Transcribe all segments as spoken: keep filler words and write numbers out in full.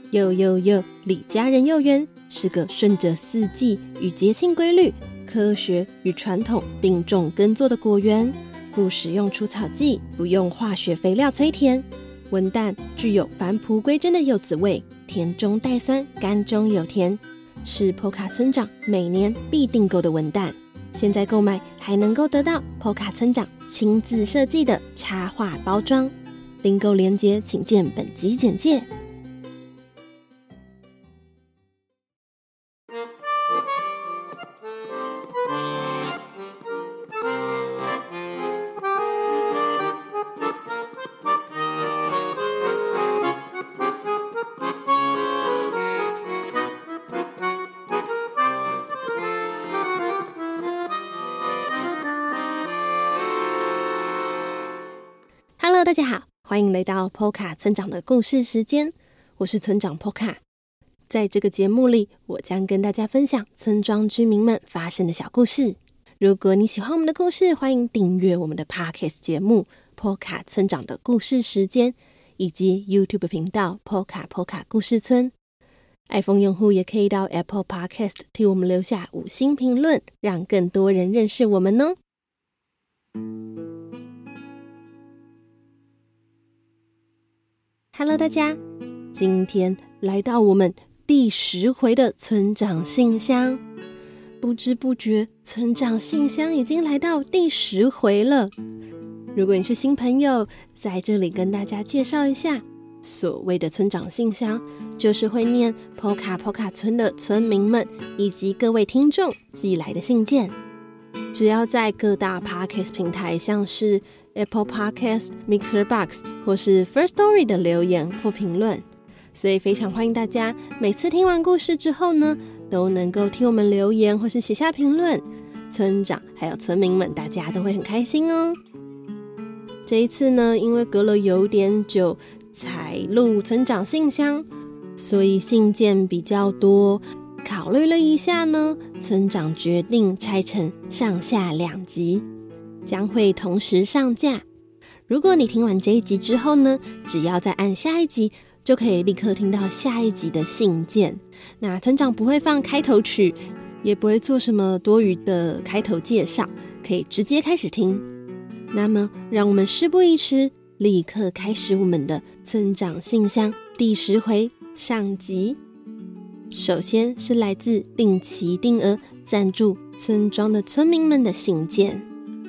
呦呦呦，李家人幼园是个顺着四季与节庆规律，科学与传统并重耕作的果园，不使用除草剂，不用化学肥料催田，文旦具有返璞归真的柚子味，甜中带酸，甘中有甜，是 Poca 村长每年必订购的文旦。现在购买还能够得到 Poca 村长亲自设计的插画包装，订购链接请见本集简介。Hello， 大家好，欢迎来到 Poca 村长的故事时间，我是村长 Poca。在这个节目里，我将跟大家分享村庄居民们发生的小故事。如果你喜欢我们的故事，欢迎订阅我们的 Podcast 节目 Poca 村长的故事时间，以及 YouTube 频道 Poca Poca 故事村。iPhone 用户也可以到 Apple Podcast 替我们留下五星评论，让更多人认识我们哦。Hello， 大家，今天来到我们第十回的村长信箱。不知不觉，村长信箱已经来到第十回了。如果你是新朋友，在这里跟大家介绍一下，所谓的村长信箱，就是会念 Poca Poca 村的村民们以及各位听众寄来的信件。只要在各大 Podcast 平台，像是Apple Podcast、Mixerbox 或是 First Story 的留言或评论，所以非常欢迎大家每次听完故事之后呢，都能够替我们留言或是写下评论，村长还有村民们大家都会很开心哦。这一次呢，因为隔了有点久才录村长信箱，所以信件比较多，考虑了一下呢，村长决定拆成上下两集，将会同时上架。如果你听完这一集之后呢，只要再按下一集，就可以立刻听到下一集的信件。那村长不会放开头曲，也不会做什么多余的开头介绍，可以直接开始听。那么让我们事不宜迟，立刻开始我们的村长信箱第十回上集。首先是来自定期定额赞助村庄的村民们的信件。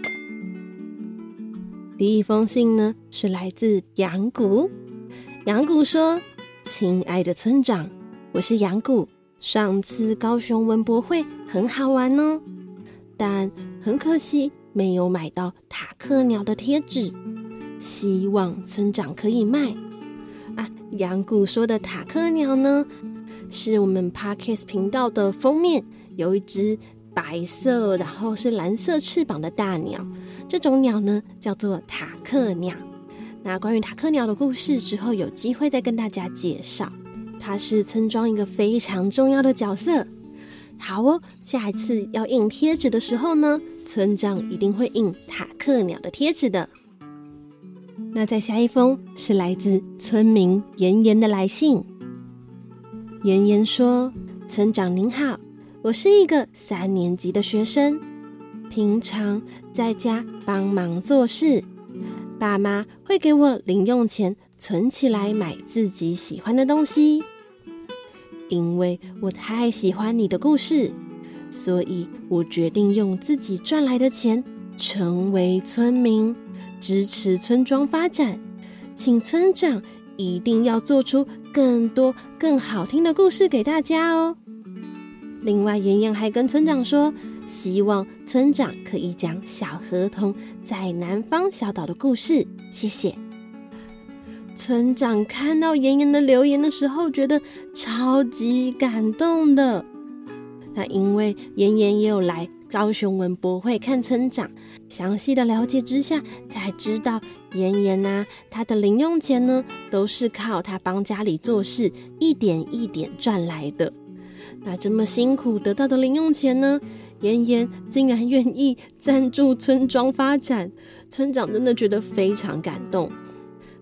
第一封信呢，是来自杨谷。杨谷说：亲爱的村长，我是杨谷，上次高雄文博会很好玩哦，但很可惜没有买到塔克鸟的贴纸，希望村长可以卖啊。杨谷说的塔克鸟呢，是我们 Podcast 频道的封面，有一只白色然后是蓝色翅膀的大鸟，这种鸟呢叫做塔克鸟。那关于塔克鸟的故事之后有机会再跟大家介绍，它是村庄一个非常重要的角色。好哦，下一次要印贴纸的时候呢，村长一定会印塔克鸟的贴纸的。那再下一封是来自村民妍妍的来信。妍妍说：村长您好，我是一个三年级的学生，平常在家帮忙做事，爸妈会给我零用钱存起来买自己喜欢的东西。因为我太喜欢你的故事，所以我决定用自己赚来的钱成为村民，支持村庄发展。请村长一定要做出更多更好听的故事给大家哦。另外妍妍还跟村长说，希望村长可以讲小河童在南方小岛的故事，谢谢。村长看到妍妍的留言的时候，觉得超级感动的。那因为妍妍也有来高雄文博会看村长，详细的了解之下，才知道妍妍啊，她的零用钱呢，都是靠她帮家里做事一点一点赚来的。那这么辛苦得到的零用钱呢，妍妍竟然愿意赞助村庄发展，村长真的觉得非常感动。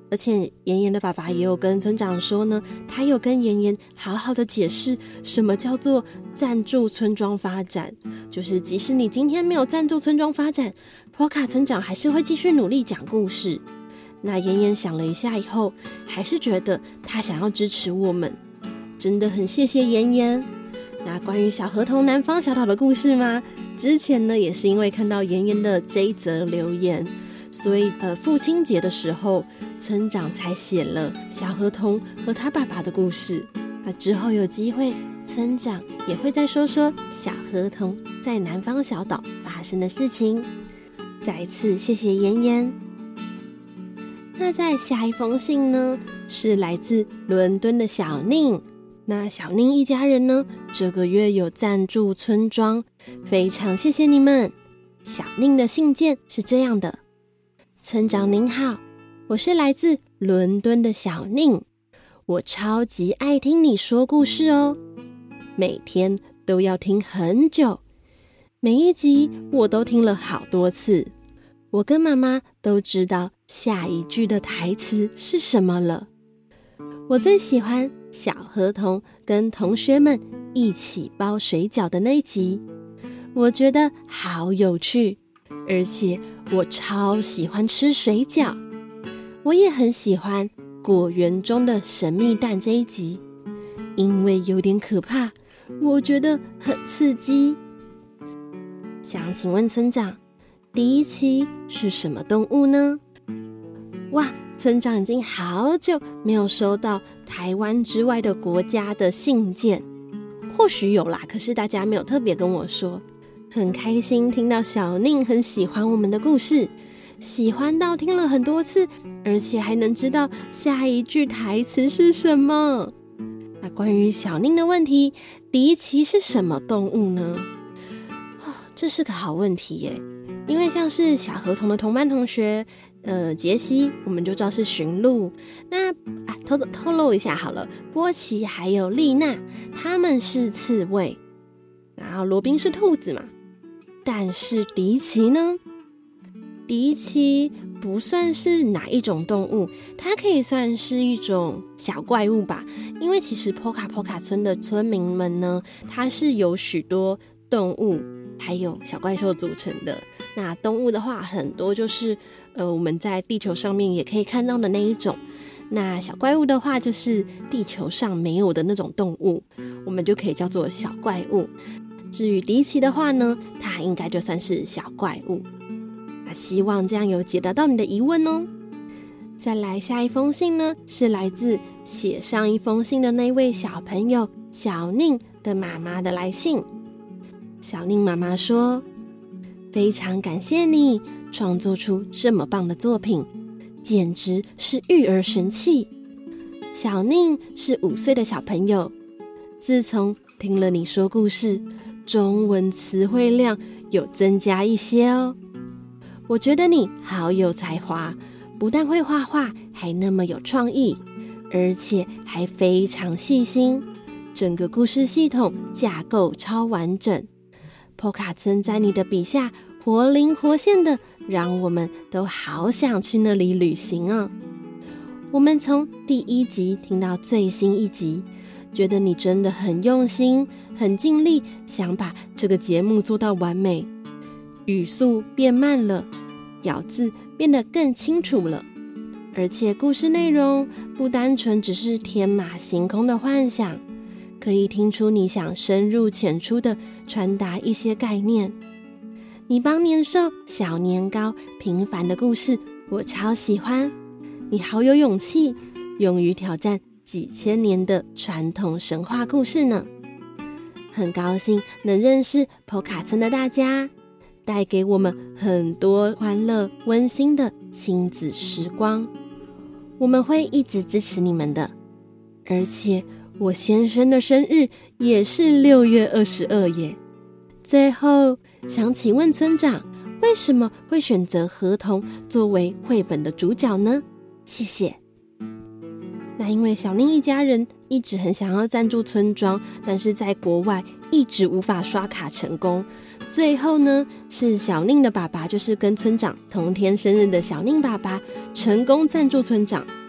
而且妍妍的爸爸也有跟村长说呢，他有跟妍妍好好的解释什么叫做赞助村庄发展，就是即使你今天没有赞助村庄发展，波卡村长还是会继续努力讲故事。那妍妍想了一下以后，还是觉得他想要支持我们，真的很谢谢妍妍。那关于小河童南方小岛的故事吗？之前呢也是因为看到妍妍的这一则留言，所以呃父亲节的时候，村长才写了小河童和他爸爸的故事。那之后有机会，村长也会再说说小河童在南方小岛发生的事情。再一次谢谢妍妍。那在下一封信呢，是来自伦敦的小宁。那小宁一家人呢，这个月有赞助村庄，非常谢谢你们。小宁的信件是这样的：村长您好，我是来自伦敦的小宁，我超级爱听你说故事哦，每天都要听很久，每一集我都听了好多次。我跟妈妈都知道下一句的台词是什么了。我最喜欢小河童跟同学们一起包水饺的那一集，我觉得好有趣，而且我超喜欢吃水饺。我也很喜欢果园中的神秘蛋这一集，因为有点可怕，我觉得很刺激。想请问村长，第一期是什么动物呢？哇，村长已经好久没有收到台湾之外的国家的信件，或许有啦，可是大家没有特别跟我说。很开心听到小宁很喜欢我们的故事，喜欢到听了很多次，而且还能知道下一句台词是什么。那关于小宁的问题，第一期是什么动物呢？哦，这是个好问题耶，因为像是小河童的同班同学呃，杰西我们就知道是驯鹿。那啊，透透露一下好了，波奇还有丽娜他们是刺猬，然后罗宾是兔子嘛。但是迪奇呢？迪奇不算是哪一种动物，它可以算是一种小怪物吧。因为其实波卡波卡村的村民们呢，它是有许多动物还有小怪兽组成的。那动物的话，很多就是呃我们在地球上面也可以看到的那一种。那小怪物的话，就是地球上没有的那种动物，我们就可以叫做小怪物。至于迪奇的话呢，它应该就算是小怪物。那希望这样有解答到你的疑问哦。再来下一封信呢，是来自写上一封信的那位小朋友小宁的妈妈的来信。小宁妈妈说，非常感谢你创作出这么棒的作品，简直是育儿神器。小宁是五岁的小朋友，自从听了你说故事，中文词汇量有增加一些哦。我觉得你好有才华，不但会画画，还那么有创意，而且还非常细心。整个故事系统架构超完整，波卡村在你的笔下活灵活现的，让我们都好想去那里旅行哦。我们从第一集听到最新一集，觉得你真的很用心，很尽力，想把这个节目做到完美。语速变慢了，咬字变得更清楚了，而且故事内容不单纯只是天马行空的幻想，可以听出你想深入浅出的传达一些概念。你帮年兽、小年糕平凡的故事我超喜欢，你好有勇气，勇于挑战几千年的传统神话故事呢。很高兴能认识波卡村的大家，带给我们很多欢乐温馨的亲子时光，我们会一直支持你们的。而且我先生的生日也是六月二十二耶。最后想请问村长，为什么会选择河童作为绘本的主角呢？谢谢。那因为小宁一家人一直很想要赞助村庄，但是在国外一直无法刷卡成功。最后呢，是小宁的爸爸，就是跟村长同天生日的小宁爸爸，成功赞助村长，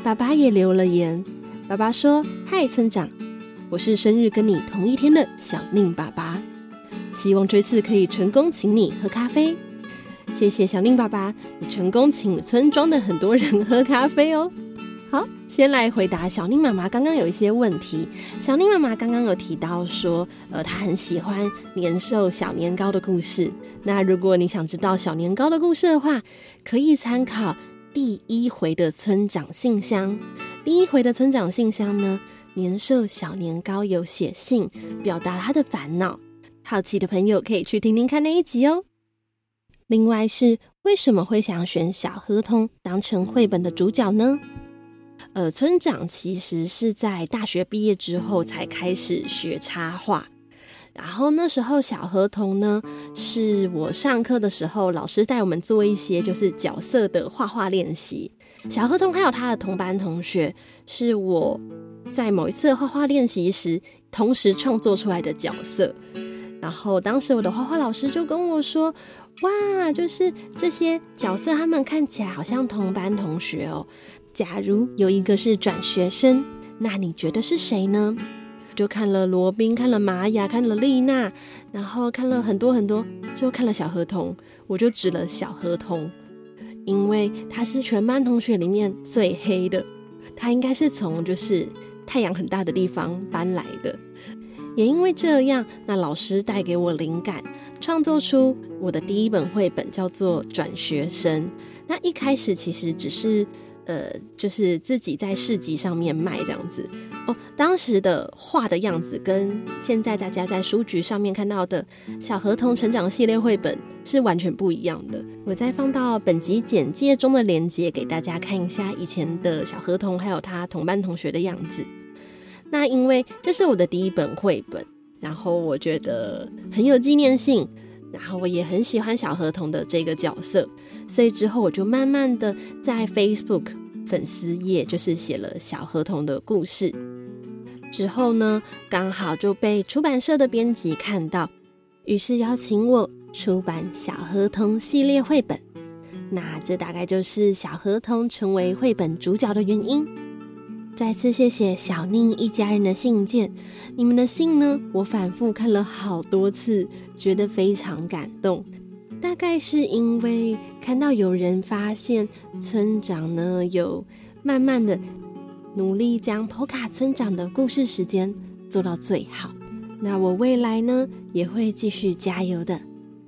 爸爸也留了言，爸爸说：嗨，村长，我是生日跟你同一天的小宁爸爸，希望这次可以成功请你喝咖啡。谢谢小宁爸爸，你成功请了村庄的很多人喝咖啡哦。好，先来回答小宁妈妈刚刚有一些问题。小宁妈妈刚刚有提到说，呃，她很喜欢年兽小年糕的故事。那如果你想知道小年糕的故事的话，可以参考第一回的村长信箱。第一回的村长信箱呢，年兽小年糕有写信表达他的烦恼，好奇的朋友可以去听听看那一集哦。另外是为什么会想选小河童当成绘本的主角呢？呃，村长其实是在大学毕业之后才开始学插画，然后那时候小河童呢，是我上课的时候老师带我们做一些就是角色的画画练习。小河童还有他的同班同学，是我在某一次画画练习时同时创作出来的角色。然后当时我的画画老师就跟我说，哇，就是这些角色他们看起来好像同班同学哦，假如有一个是转学生，那你觉得是谁呢？就看了罗宾，看了玛雅，看了丽娜，然后看了很多很多，就看了小河童，我就指了小河童，因为他是全班同学里面最黑的，他应该是从就是太阳很大的地方搬来的。也因为这样，那老师带给我灵感，创作出我的第一本绘本，叫做《转学生》。那一开始其实只是呃，就是自己在市集上面卖这样子哦。当时的画的样子跟现在大家在书局上面看到的小河童成长系列绘本是完全不一样的。我再放到本集简介中的连结给大家看一下以前的小河童还有他同班同学的样子。那因为这是我的第一本绘本，然后我觉得很有纪念性，然后我也很喜欢小河童的这个角色，所以之后我就慢慢的在 Facebook 粉丝页就是写了小河童的故事。之后呢，刚好就被出版社的编辑看到，于是邀请我出版小河童系列绘本。那这大概就是小河童成为绘本主角的原因。再次谢谢小宁一家人的信件，你们的信呢，我反复看了好多次，觉得非常感动。大概是因为看到有人发现村长呢有慢慢的努力将 P O C A 村长的故事时间做到最好，那我未来呢也会继续加油的。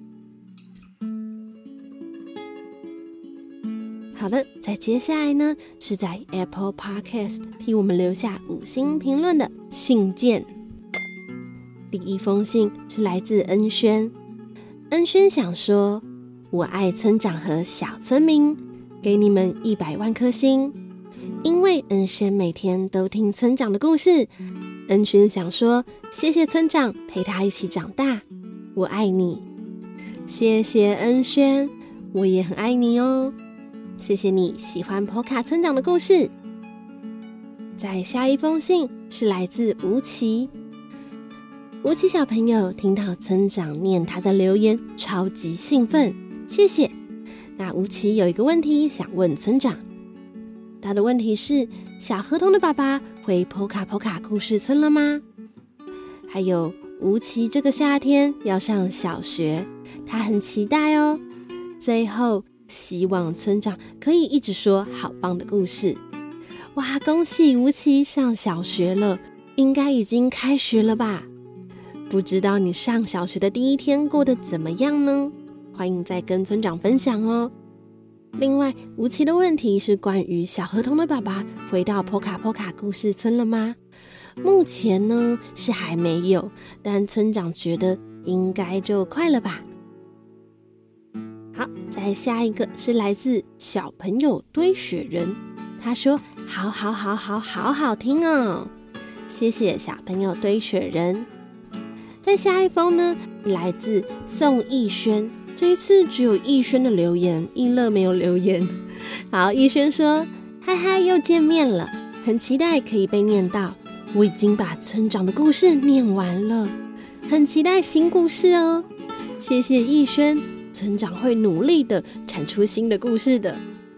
好了，在接下来呢，是在 Apple Podcast 替我们留下五星评论的信件。第一封信是来自恩轩，恩轩想说，我爱村长和小村民，给你们一百万颗星。因为恩轩每天都听村长的故事，恩轩想说，谢谢村长陪他一起长大，我爱你。谢谢恩轩，我也很爱你哦。谢谢你喜欢 P O C A 村长的故事。再下一封信是来自吴奇，吴奇小朋友听到村长念他的留言，超级兴奋，谢谢。那吴奇有一个问题想问村长，他的问题是：小河童的爸爸回 P O C A P O C A 故事村了吗？还有吴奇这个夏天要上小学，他很期待哦。最后希望村长可以一直说好棒的故事。哇，恭喜吴奇上小学了，应该已经开学了吧？不知道你上小学的第一天过得怎么样呢？欢迎再跟村长分享哦。另外，吴奇的问题是关于小河童的爸爸回到 P O C A P O C A 故事村了吗？目前呢是还没有，但村长觉得应该就快了吧。好，再下一个是来自小朋友堆雪人，他说好好好好好好听哦，谢谢小朋友堆雪人。再下一封呢，来自宋逸轩，这一次只有逸轩的留言，逸乐没有留言。好，逸轩说嗨嗨，又见面了，很期待可以被念到，我已经把村长的故事念完了，很期待新故事哦。谢谢逸轩，村长会努力的产出新的故事的。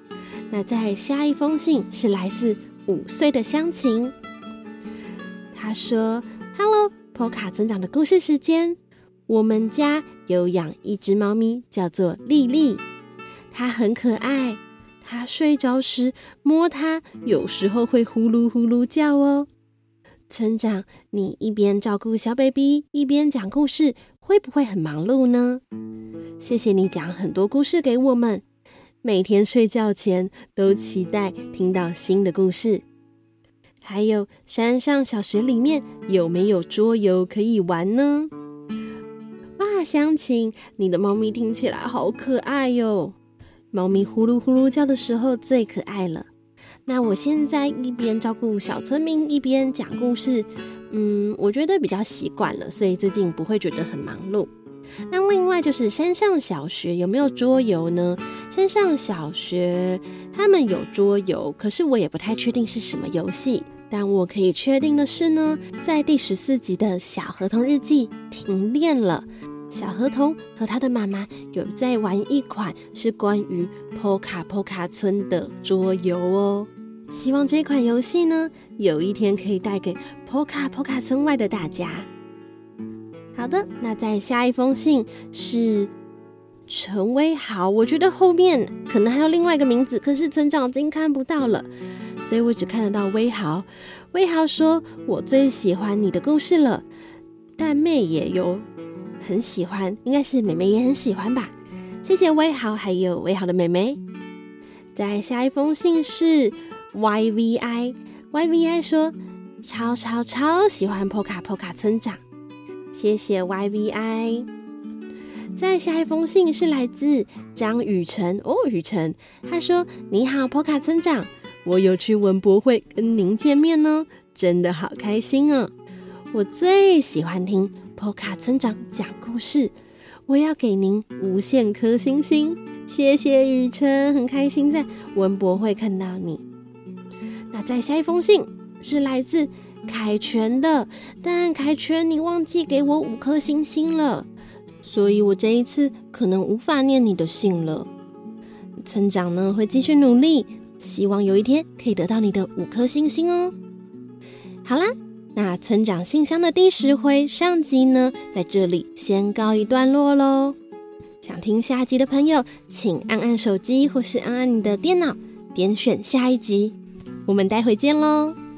那在下一封信是来自五岁的香晴，他说 Hello， 波卡村长的故事时间。我们家有养一只猫咪，叫做莉莉，它很可爱，它睡着时摸它，有时候会呼噜呼噜叫哦。村长，你一边照顾小 baby， 一边讲故事，会不会很忙碌呢？谢谢你讲很多故事给我们，每天睡觉前都期待听到新的故事。还有山上小学里面有没有桌游可以玩呢？哇，香晴，你的猫咪听起来好可爱哟！猫咪呼噜呼噜叫的时候最可爱了。那我现在一边照顾小村民，一边讲故事，嗯，我觉得比较习惯了，所以最近不会觉得很忙碌。那另外就是山上小学有没有桌游呢？山上小学他们有桌游，可是我也不太确定是什么游戏。但我可以确定的是呢，在第十四集的小河童日记停电了，小河童和他的妈妈有在玩一款是关于波卡波卡村的桌游哦。希望这款游戏呢，有一天可以带给波卡波卡村外的大家。好的，那在下一封信是陈威豪，我觉得后面可能还有另外一个名字，可是村长已经看不到了，所以我只看得到威豪。威豪说，我最喜欢你的故事了，但妹也有很喜欢，应该是妹妹也很喜欢吧。谢谢威豪，还有威豪的妹妹。再下一封信是 Y V I， Y V I 说超超超喜欢波卡波卡村长，谢谢 Y V I。 再下一封信是来自张雨晨，哦，雨晨，他说你好波卡村长，我有去文博会跟您见面呢，真的好开心哦。我最喜欢听波卡村长讲故事，我要给您无限颗星星，谢谢雨晨，很开心在文博会看到你。那再下一封信是来自凯旋的，但凯旋你忘记给我五颗星星了，所以我这一次可能无法念你的信了。村长呢会继续努力，希望有一天可以得到你的五颗星星哦。好啦，那村长信箱的第十回上集呢，在这里先告一段落咯。想听下集的朋友，请按按手机或是按按你的电脑，点选下一集。我们待会见咯。